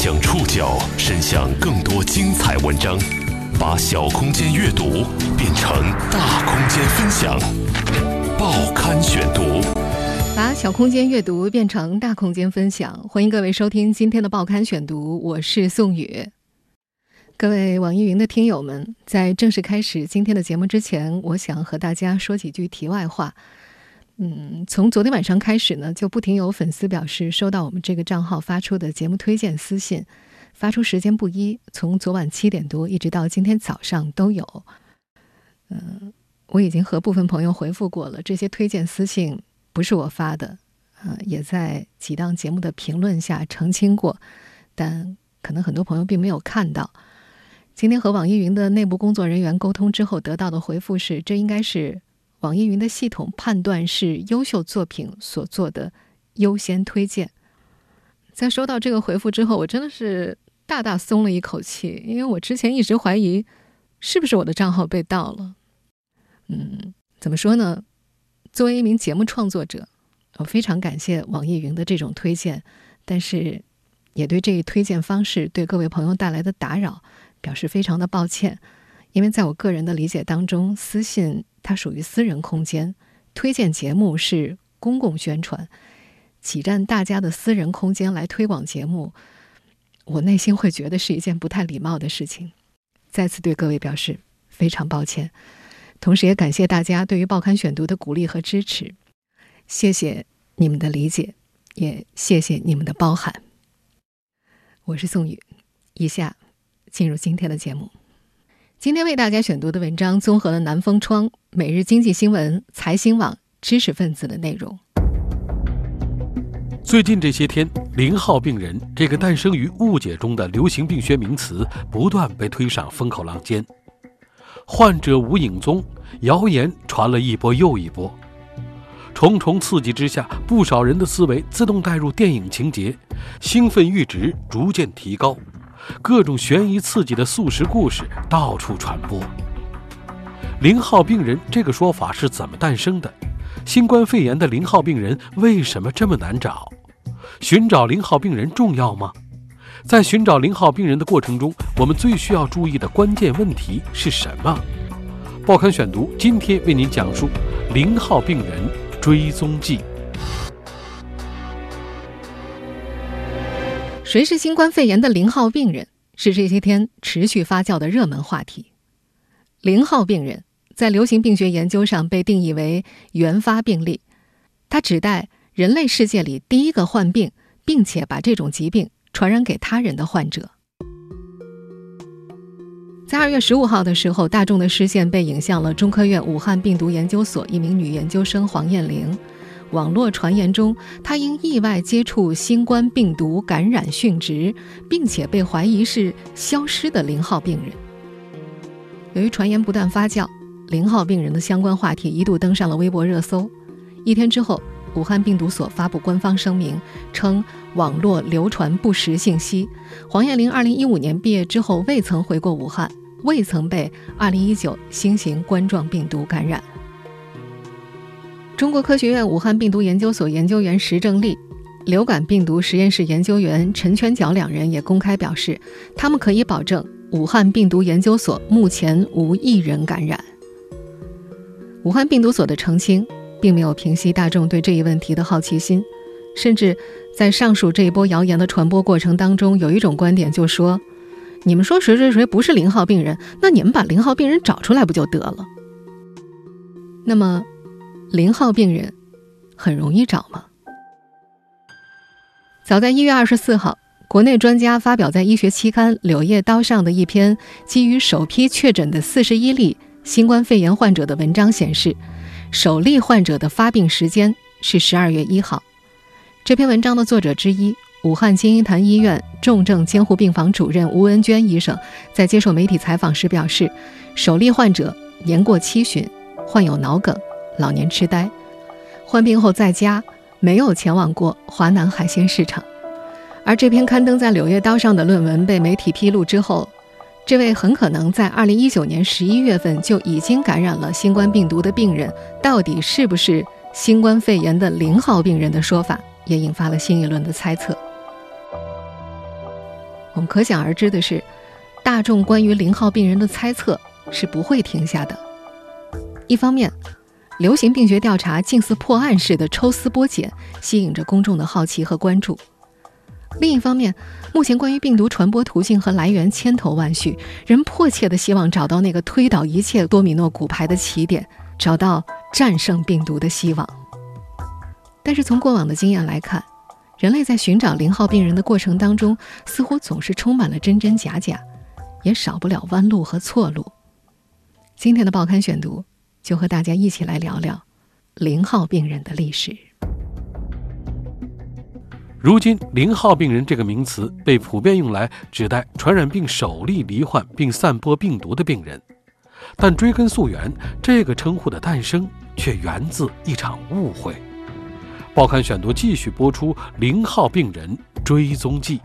将触角伸向更多精彩文章，把小空间阅读变成大空间分享。报刊选读， 把小空间阅读变成大空间分享。欢迎各位收听今天的报刊选读，我是宋宇。各位网易云的听友们，在正式开始今天的节目之前，我想和大家说几句题外话。从昨天晚上开始呢，就不停有粉丝表示收到我们这个账号发出的节目推荐私信，发出时间不一，从昨晚7点多一直到今天早上都有。我已经和部分朋友回复过了，这些推荐私信不是我发的，也在几档节目的评论下澄清过，但可能很多朋友并没有看到。今天和网易云的内部工作人员沟通之后得到的回复是，这应该是网易云的系统判断是优秀作品所做的优先推荐。在收到这个回复之后，我真的是大大松了一口气，因为我之前一直怀疑是不是我的账号被盗了。怎么说呢？作为一名节目创作者，我非常感谢网易云的这种推荐，但是也对这一推荐方式对各位朋友带来的打扰表示非常的抱歉。因为在我个人的理解当中，私信它属于私人空间，推荐节目是公共宣传，挤占大家的私人空间来推广节目，我内心会觉得是一件不太礼貌的事情。再次对各位表示非常抱歉，同时也感谢大家对于报刊选读的鼓励和支持，谢谢你们的理解，也谢谢你们的包涵。我是宋宇，以下进入今天的节目。今天为大家选读的文章综合了南风窗、每日经济新闻、财新网、知识分子的内容。 最近这些天，0号病人这个诞生于误解中的流行病学名词不断被推上风口浪尖，患者无影踪，谣言传了一波又一波。重重刺激之下，不少人的思维自动带入电影情节，兴奋阈值逐渐提高，各种悬疑刺激的速食故事到处传播。0号病人这个说法是怎么诞生的？新冠肺炎的0号病人为什么这么难找？寻找0号病人重要吗？在寻找0号病人的过程中，我们最需要注意的关键问题是什么？报刊选读今天为您讲述0号病人追踪记。 谁是新冠肺炎的0号病人，是这些天持续发酵的热门话题。0号病人在流行病学研究上被定义为原发病例，它指代人类世界里第一个患病并且把这种疾病传染给他人的患者。在2月15号的时候，大众的视线被引向了中科院武汉病毒研究所一名女研究生黄艳玲。网络传言中，她因意外接触新冠病毒感染殉职，并且被怀疑是消失的0号病人。由于传言不断发酵，0号病人的相关话题一度登上了微博热搜。1天之后，武汉病毒所发布官方声明，称网络流传不实信息。黄艳玲2015年毕业之后未曾回过武汉，未曾被2019新型冠状病毒感染。中国科学院武汉病毒研究所研究员石正丽、流感病毒实验室研究员陈全角2人也公开表示，他们可以保证武汉病毒研究所目前无1人感染。武汉病毒所的澄清并没有平息大众对这一问题的好奇心，甚至在上述这一波谣言的传播过程当中，有一种观点就说，你们说谁谁谁不是0号病人，那你们把0号病人找出来不就得了？那么0号病人很容易找吗？早在1月24号，国内专家发表在医学期刊《柳叶刀》上的一篇基于首批确诊的41例新冠肺炎患者的文章显示，首例患者的发病时间是12月1号。这篇文章的作者之一，武汉金银潭医院重症监护病房主任吴文娟医生在接受媒体采访时表示，首例患者年过70，患有脑梗、老年痴呆，患病后在家，没有前往过华南海鲜市场。而这篇刊登在《柳叶刀》上的论文被媒体披露之后，这位很可能在2019年11月份就已经感染了新冠病毒的病人，到底是不是新冠肺炎的0号病人的说法，也引发了新一轮的猜测。 我们可想而知的是，大众关于0号病人的猜测是不会停下的。一方面，流行病学调查近似破案式的抽丝剥茧，吸引着公众的好奇和关注。另一方面，目前关于病毒传播途径和来源千头万绪，人迫切地希望找到那个推倒一切多米诺骨牌的起点，找到战胜病毒的希望。但是从过往的经验来看，人类在寻找0号病人的过程当中，似乎总是充满了真真假假，也少不了弯路和错路。今天的报刊选读就和大家一起来聊聊0号病人的历史。 如今0号病人这个名词被普遍用来指代传染病首例罹患并散播病毒的病人，但追根溯源，这个称呼的诞生却源自一场误会。报刊选读继续播出0号病人追踪记。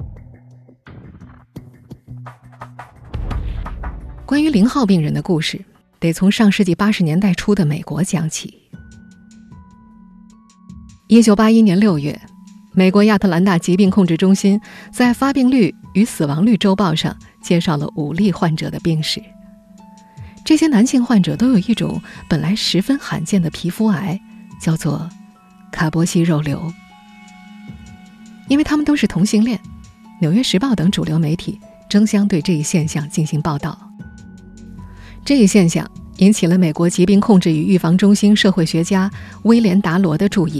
关于0号病人的故事，得从上世纪80年代初的美国讲起。1981年6月，美国亚特兰大疾病控制中心在发病率与死亡率周报上介绍了5例患者的病史。这些男性患者都有一种本来十分罕见的皮肤癌，叫做卡波西肉瘤。因为他们都是同性恋，纽约时报等主流媒体争相对这一现象进行报道。这一现象引起了美国疾病控制与预防中心社会学家威廉·达罗的注意。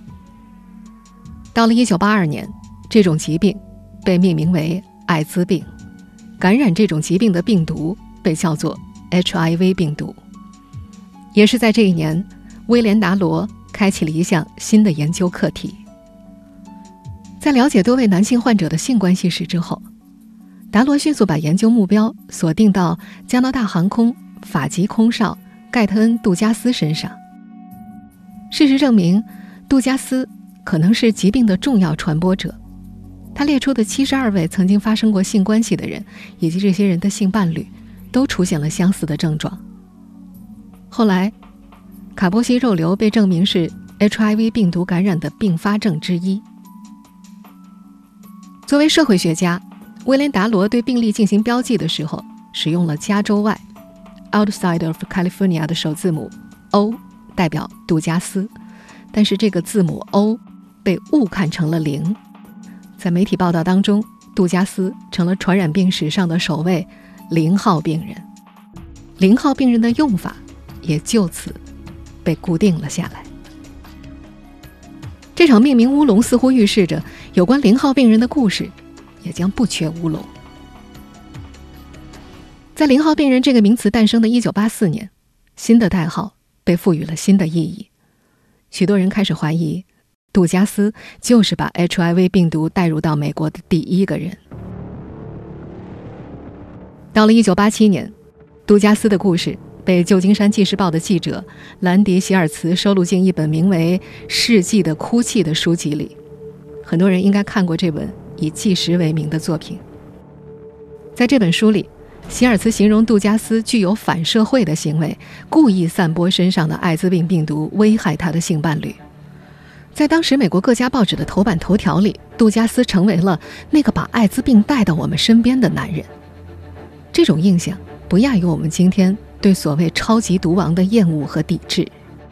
到了1982年，这种疾病被命名为艾滋病，感染这种疾病的病毒被叫做 HIV 病毒。也是在这一年，威廉·达罗开启了一项新的研究课题。在了解多位男性患者的性关系史之后，达罗迅速把研究目标锁定到加拿大航空法籍空少盖特恩·杜加斯身上。事实证明，杜加斯可能是疾病的重要传播者。他列出的72位曾经发生过性关系的人，以及这些人的性伴侣，都出现了相似的症状。后来，卡波西肉瘤被证明是 HIV 病毒感染的并发症之一。作为社会学家，威廉·达罗对病例进行标记的时候，使用了加州外 outside of California 的首字母 O， 代表杜加斯，但是这个字母 O 被误看成了0。在媒体报道当中，杜加斯成了传染病史上的首位0号病人，0号病人的用法也就此被固定了下来。这场命名乌龙似乎预示着有关0号病人的故事也将不缺乌龙。在0号病人这个名词诞生的1984年，新的代号被赋予了新的意义。许多人开始怀疑，杜加斯就是把 HIV 病毒带入到美国的第一个人。到了1987年，杜加斯的故事被旧金山纪事报的记者兰迪·希尔茨收录进一本名为《世纪的哭泣》的书籍里。很多人应该看过这本以纪实为名的作品。在这本书里，希尔茨形容杜加斯具有反社会的行为，故意散播身上的艾滋病病毒，危害他的性伴侣。在当时美国各家报纸的头版头条里，杜加斯成为了那个把艾滋病带到我们身边的男人。这种印象不亚于我们今天对所谓超级毒王的厌恶和抵制。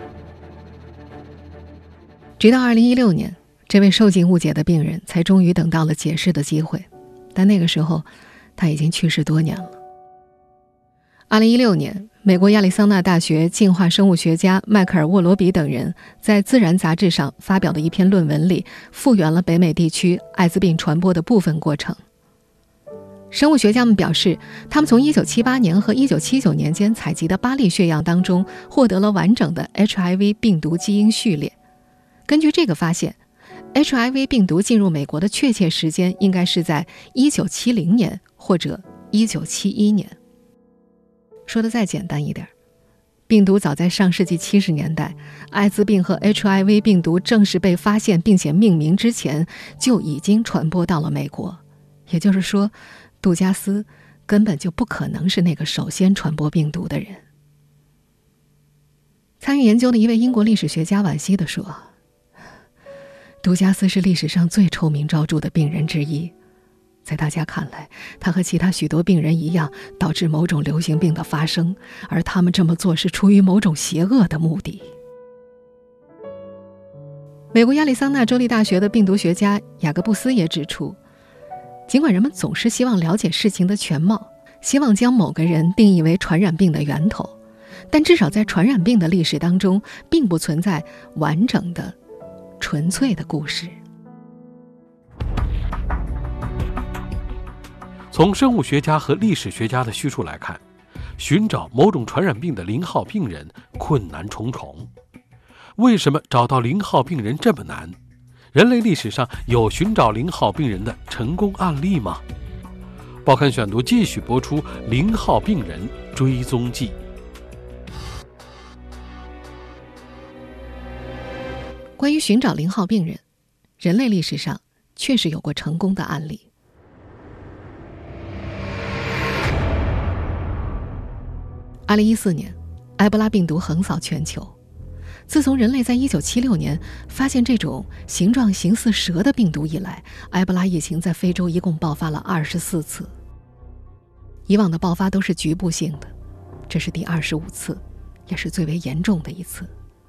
直到2016年，这位受尽误解的病人才终于等到了解释的机会，但那个时候他已经去世多年了。2016年，美国亚利桑那大学进化生物学家迈克尔·沃罗比等人在《自然》杂志上发表的一篇论文里，复原了北美地区艾滋病传播的部分过程。生物学家们表示，他们从1978年和1979年间采集的8例血样当中，获得了完整的 HIV 病毒基因序列。根据这个发现， HIV 病毒进入美国的确切时间应该是在1970年或者1971年。说的再简单一点，病毒早在上世纪70年代，艾滋病和 HIV 病毒正式被发现并且命名之前，就已经传播到了美国。也就是说，杜加斯根本就不可能是那个首先传播病毒的人。参与研究的一位英国历史学家惋惜地说，杜加斯是历史上最臭名昭著的病人之一， 在大家看来，它和其他许多病人一样，导致某种流行病的发生，而他们这么做是出于某种邪恶的目的。美国亚利桑那州立大学的病毒学家雅各布斯也指出，尽管人们总是希望了解事情的全貌，希望将某个人定义为传染病的源头，但至少在传染病的历史当中，并不存在完整的、纯粹的故事。 从生物学家和历史学家的叙述来看，寻找某种传染病的0号病人困难重重。为什么找到0号病人这么难？人类历史上有寻找0号病人的成功案例吗？报刊选读继续播出0号病人追踪记。 关于寻找0号病人，人类历史上确实有过成功的案例。2014年，埃博拉病毒横扫全球。自从人类在1976年发现这种形状形似蛇的病毒以来，埃博拉疫情在非洲一共爆发了24次。以往的爆发都是局部性的，这是第25次，也是最为严重的一次。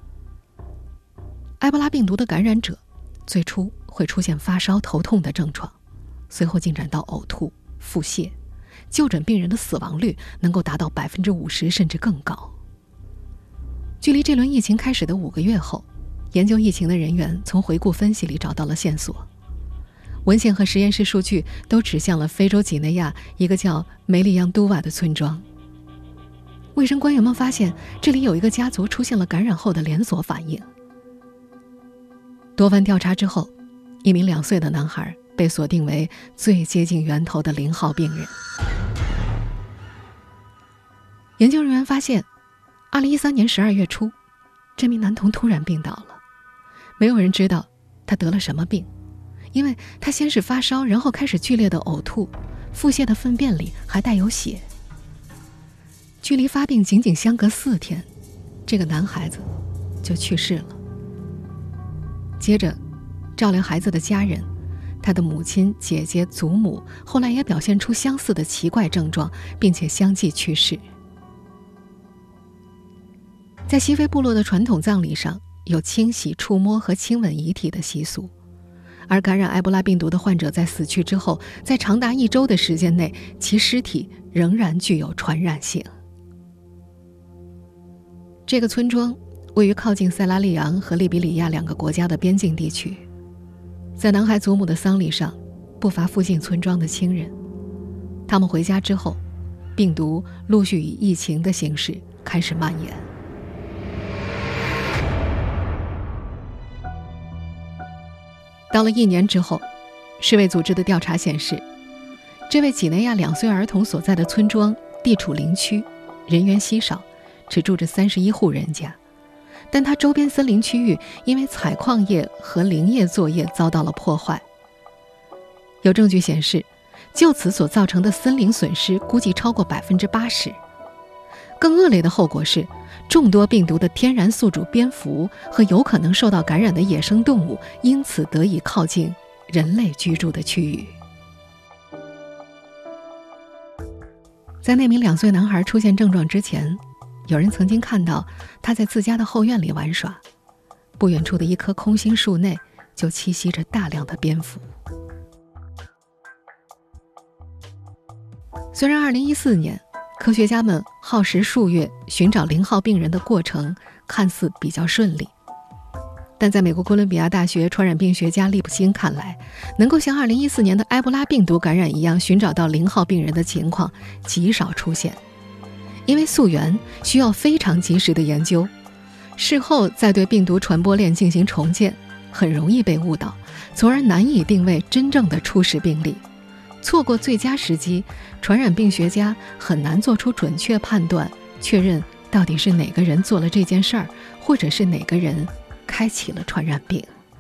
埃博拉病毒的感染者最初会出现发烧、头痛的症状，随后进展到呕吐、腹泻，就诊病人的死亡率能够达到50%甚至更高。距离这轮疫情开始的5个月后，研究疫情的人员从回顾分析里找到了线索。文献和实验室数据都指向了非洲几内亚一个叫梅利扬都瓦的村庄。卫生官员们发现，这里有一个家族出现了感染后的连锁反应。多番调查之后，一名2岁的男孩被锁定为最接近源头的0号病人。研究人员发现2013年12月初，这名男童突然病倒了。没有人知道他得了什么病，因为他先是发烧，然后开始剧烈的呕吐，腹泻的粪便里还带有血。距离发病仅仅相隔4天，这个男孩子就去世了。接着，照料孩子的家人，他的母亲、姐姐、祖母后来也表现出相似的奇怪症状，并且相继去世。在西非部落的传统葬礼上，有清洗、触摸和亲吻遗体的习俗，而感染埃博拉病毒的患者在死去之后，在长达1周的时间内，其尸体仍然具有传染性。这个村庄位于靠近塞拉利昂和利比里亚2个国家的边境地区。在男孩祖母的丧礼上，不乏附近村庄的亲人。他们回家之后，病毒陆续以疫情的形式开始蔓延。到了1年之后，世卫组织的调查显示，这位几内亚2岁儿童所在的村庄地处林区，人员稀少，只住着31户人家，但它周边森林区域因为采矿业和林业作业遭到了破坏。有证据显示，就此所造成的森林损失估计超过80%。更恶劣的后果是，众多病毒的天然宿主蝙蝠和有可能受到感染的野生动物因此得以靠近人类居住的区域。在那名2岁男孩出现症状之前，有人曾经看到他在自家的后院里玩耍，不远处的一棵空心树内就栖息着大量的蝙蝠。虽然2014年科学家们耗时数月寻找0号病人的过程看似比较顺利，但在美国哥伦比亚大学传染病学家利普辛看来，能够像2014年的埃博拉病毒感染一样寻找到0号病人的情况极少出现，因为溯源需要非常及时的研究，事后再对病毒传播链进行重建，很容易被误导，从而难以定位真正的初始病例。错过最佳时机，传染病学家很难做出准确判断，确认到底是哪个人做了这件事儿，或者是哪个人开启了传染病。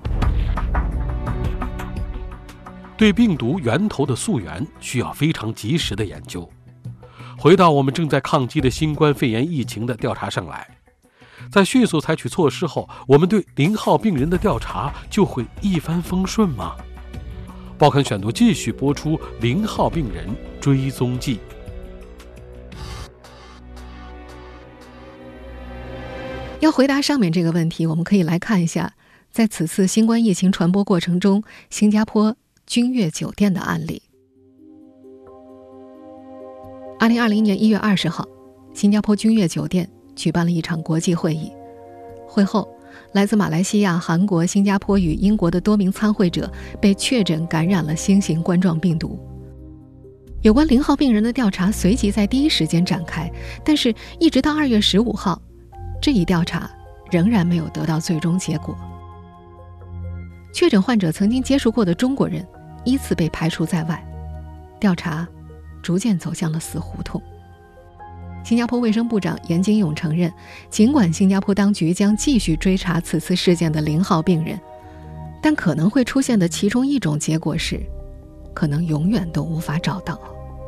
对病毒源头的溯源需要非常及时的研究。回到我们正在抗击的新冠肺炎疫情的调查上来，在迅速采取措施后，我们对0号病人的调查就会一帆风顺吗？ 报刊选读继续播出0号病人追踪记。 要回答上面这个问题，我们可以来看一下在此次新冠疫情传播过程中新加坡君悦酒店的案例。2020年1月20号，新加坡君悦酒店举办了一场国际会议。会后，来自马来西亚、韩国、新加坡与英国的多名参会者被确诊感染了新型冠状病毒。有关0号病人的调查随即在第一时间展开，但是一直到2月15号，这一调查仍然没有得到最终结果。确诊患者曾经接触过的中国人依次被排除在外，调查逐渐走向了死胡同。新加坡卫生部长严金勇承认，尽管新加坡当局将继续追查此次事件的0号病人，但可能会出现的其中一种结果是，可能永远都无法找到。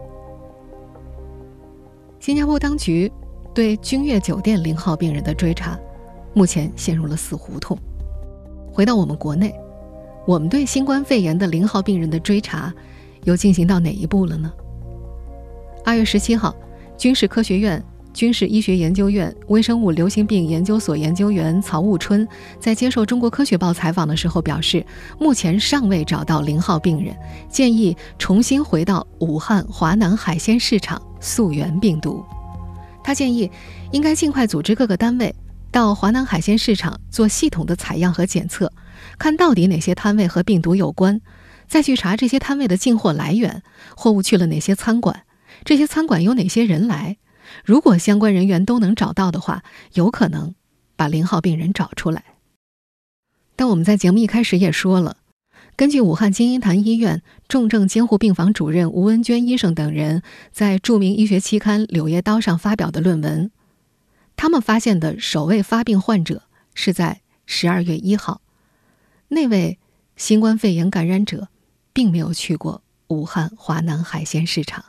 新加坡当局对君悦酒店0号病人的追查，目前陷入了死胡同。回到我们国内，我们对新冠肺炎的0号病人的追查又进行到哪一步了呢？2月17号，军事科学院军事医学研究院微生物流行病研究所研究员曹悟春在接受中国科学报采访的时候表示，目前尚未找到0号病人，建议重新回到武汉华南海鲜市场溯源病毒。他建议应该尽快组织各个单位到华南海鲜市场做系统的采样和检测，看到底哪些摊位和病毒有关，再去查这些摊位的进货来源，货物去了哪些餐馆，这些餐馆有哪些人来，如果相关人员都能找到的话，有可能把0号病人找出来。但我们在节目一开始也说了，根据武汉金银潭医院重症监护病房主任吴文娟医生等人在著名医学期刊《柳叶刀》上发表的论文，他们发现的首位发病患者是在12月1号，那位新冠肺炎感染者并没有去过武汉华南海鲜市场。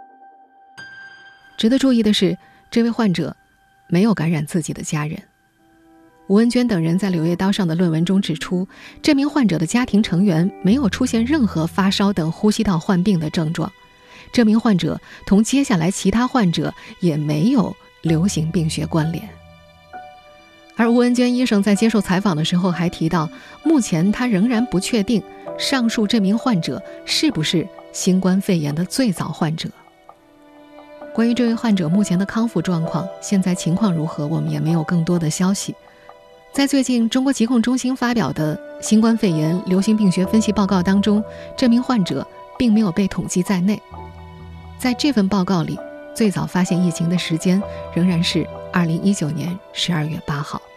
值得注意的是，这位患者没有感染自己的家人。吴文娟等人在《柳叶刀》上的论文中指出，这名患者的家庭成员没有出现任何发烧等呼吸道患病的症状，这名患者同接下来其他患者也没有流行病学关联。而吴文娟医生在接受采访的时候还提到，目前他仍然不确定上述这名患者是不是新冠肺炎的最早患者。关于这位患者目前的康复状况，现在情况如何，我们也没有更多的消息。在最近中国疾控中心发表的新冠肺炎流行病学分析报告当中，这名患者并没有被统计在内。在这份报告里，最早发现疫情的时间仍然是2019年12月8号。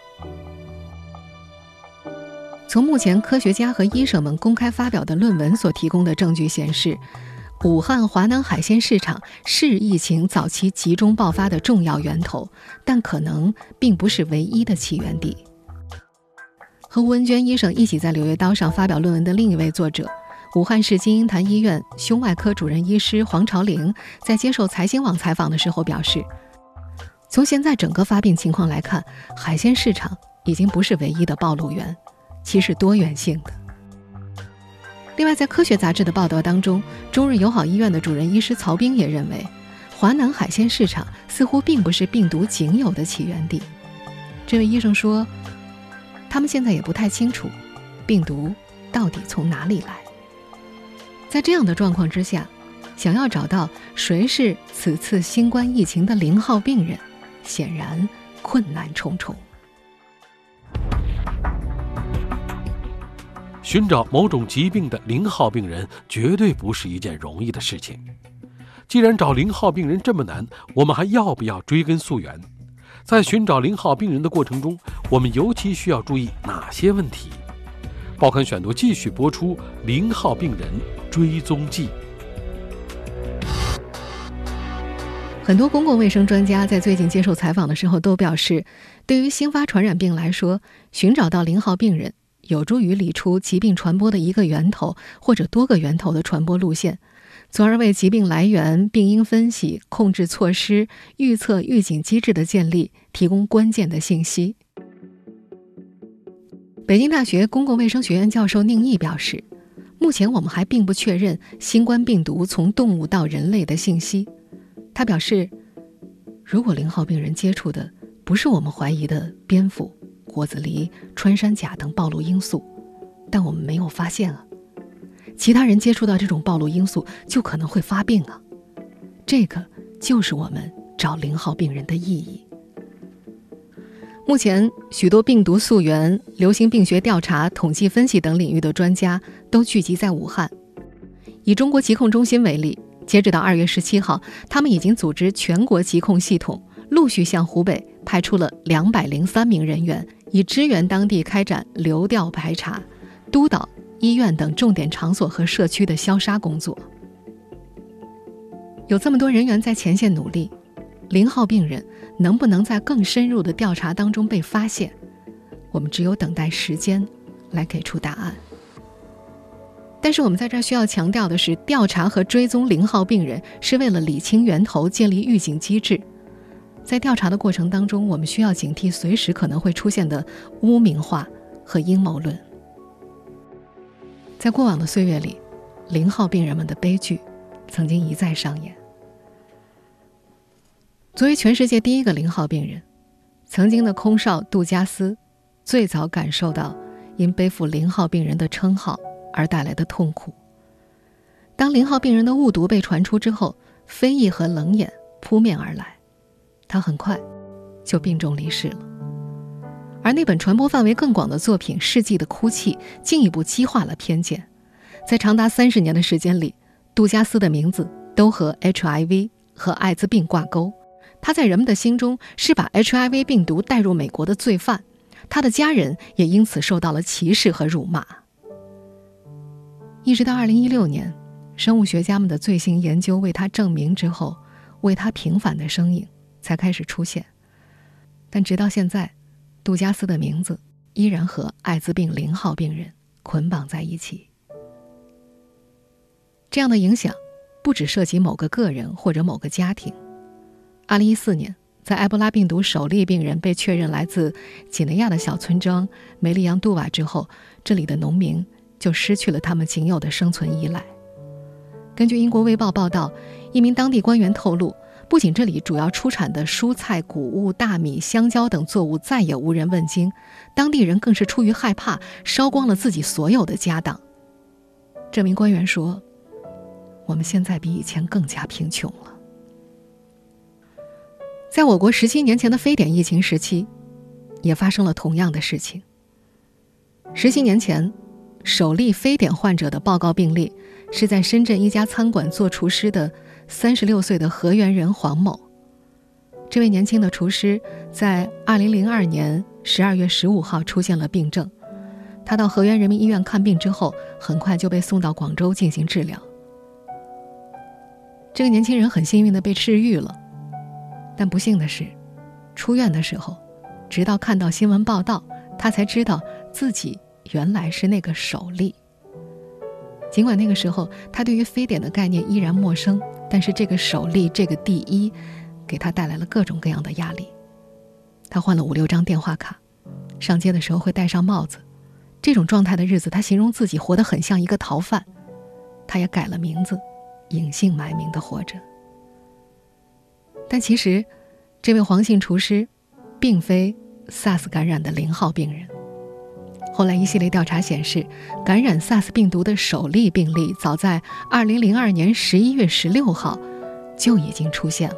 从目前科学家和医生们公开发表的论文所提供的证据显示，武汉华南海鲜市场是疫情早期集中爆发的重要源头，但可能并不是唯一的起源地。和吴文娟医生一起在《柳叶刀》上发表论文的另一位作者，武汉市金银潭医院胸外科主任医师黄朝玲在接受财新网采访的时候表示，从现在整个发病情况来看，海鲜市场已经不是唯一的暴露源，其是多元性的。另外，在科学杂志的报道当中，中日友好医院的主任医师曹兵也认为，华南海鲜市场似乎并不是病毒仅有的起源地。这位医生说，他们现在也不太清楚病毒到底从哪里来。在这样的状况之下，想要找到谁是此次新冠疫情的0号病人，显然困难重重。 寻找某种疾病的0号病人绝对不是一件容易的事情。既然找0号病人这么难，我们还要不要追根溯源？在寻找0号病人的过程中，我们尤其需要注意哪些问题？报刊选读继续播出0号病人追踪记。 很多公共卫生专家在最近接受采访的时候都表示，对于新发传染病来说，寻找到0号病人有助于理出疾病传播的一个源头或者多个源头的传播路线，从而为疾病来源、病因分析、控制措施、预测预警机制的建立提供关键的信息。北京大学公共卫生学院教授宁毅表示， 目前我们还并不确认新冠病毒从动物到人类的信息。他表示，如果0号病人接触的不是我们怀疑的蝙蝠、果子狸、穿山甲等暴露因素，但我们没有发现啊，其他人接触到这种暴露因素就可能会发病啊，这个就是我们找0号病人的意义。目前，许多病毒溯源、流行病学调查、统计分析等领域的专家都聚集在武汉。以中国疾控中心为例，截止到2月17号，他们已经组织全国疾控系统，陆续向湖北派出了203名人员，以支援当地开展流调排查，督导医院等重点场所和社区的消杀工作。有这么多人员在前线努力，0号病人能不能在更深入的调查当中被发现，我们只有等待时间来给出答案。但是我们在这儿需要强调的是，调查和追踪0号病人是为了理清源头，建立预警机制。在调查的过程当中，我们需要警惕随时可能会出现的污名化和阴谋论。在过往的岁月里，0号病人们的悲剧曾经一再上演。作为全世界第一个0号病人，曾经的空少杜加斯最早感受到因背负0号病人的称号而带来的痛苦。当0号病人的误读被传出之后，非议和冷眼扑面而来，他很快就病重离世了。而那本传播范围更广的作品《世纪的哭泣》进一步激化了偏见。在长达30年的时间里，杜加斯的名字都和 HIV 和艾滋病挂钩，他在人们的心中是把 HIV 病毒带入美国的罪犯，他的家人也因此受到了歧视和辱骂。一直到2016年，生物学家们的最新研究为他证明之后，为他平反的声音才开始出现。但直到现在，杜加斯的名字依然和艾滋病0号病人捆绑在一起。这样的影响不只涉及某个个人或者某个家庭。2014年，在埃博拉病毒首例病人被确认来自几内亚的小村庄梅利扬杜瓦之后，这里的农民就失去了他们仅有的生存依赖。根据英国卫报报道，一名当地官员透露，不仅这里主要出产的蔬菜、谷物、大米、香蕉等作物再也无人问津，当地人更是出于害怕，烧光了自己所有的家当。这名官员说，我们现在比以前更加贫穷了。在我国17年前的非典疫情时期，也发生了同样的事情。17年前，首例非典患者的报告病例是在深圳一家餐馆做厨师的36岁的河源人黄某。这位年轻的厨师在2002年12月15号出现了病症，他到河源人民医院看病之后，很快就被送到广州进行治疗。这个年轻人很幸运地被治愈了，但不幸的是，出院的时候，直到看到新闻报道，他才知道自己原来是那个首例。尽管那个时候他对于非典的概念依然陌生，但是这个首例，这个第一，给他带来了各种各样的压力。他换了5-6张电话卡，上街的时候会戴上帽子。这种状态的日子，他形容自己活得很像一个逃犯。他也改了名字，隐姓埋名地活着。但其实，这位黄姓厨师并非 SARS 感染的0号病人。后来一系列调查显示，感染 SARS 病毒的首例病例早在2002年11月16号就已经出现了。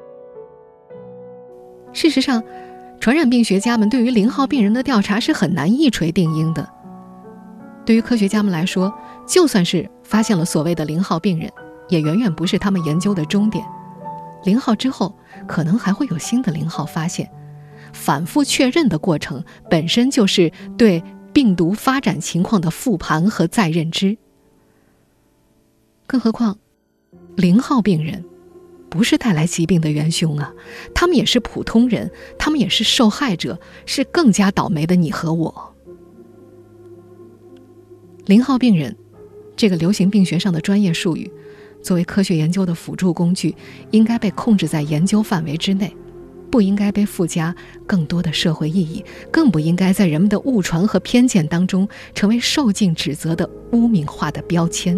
事实上，传染病学家们对于0号病人的调查是很难一锤定音的。对于科学家们来说，就算是发现了所谓的0号病人，也远远不是他们研究的终点。0号之后，可能还会有新的0号发现。反复确认的过程本身就是对病毒发展情况的复盘和再认知。更何况0号病人不是带来疾病的元凶啊，他们也是普通人，他们也是受害者，是更加倒霉的你和我。0号病人这个流行病学上的专业术语，作为科学研究的辅助工具，应该被控制在研究范围之内。 不应该被附加更多的社会意义，更不应该在人们的误传和偏见当中成为受尽指责的污名化的标签。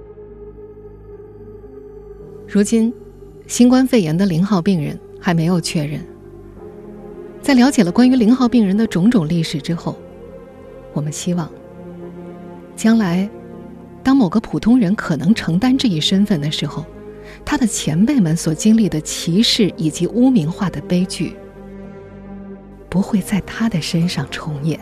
如今，新冠肺炎的0号病人还没有确认。在了解了关于0号病人的种种历史之后，我们希望将来当某个普通人可能承担这一身份的时候，他的前辈们所经历的歧视以及污名化的悲剧不会在他的身上重演。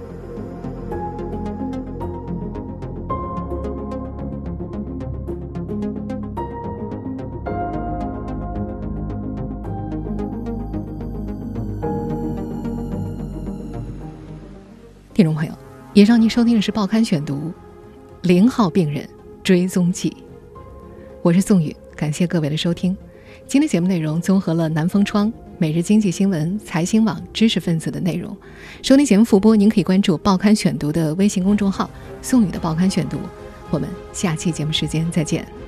听众朋友，以上您收听的是《报刊选读》0号病人追踪记，我是宋宇，感谢各位的收听。今天节目内容综合了南风窗、每日经济新闻、财新网、知识分子的内容。收听节目复播，您可以关注《报刊选读》的微信公众号“宋宇的报刊选读”。我们下期节目时间再见。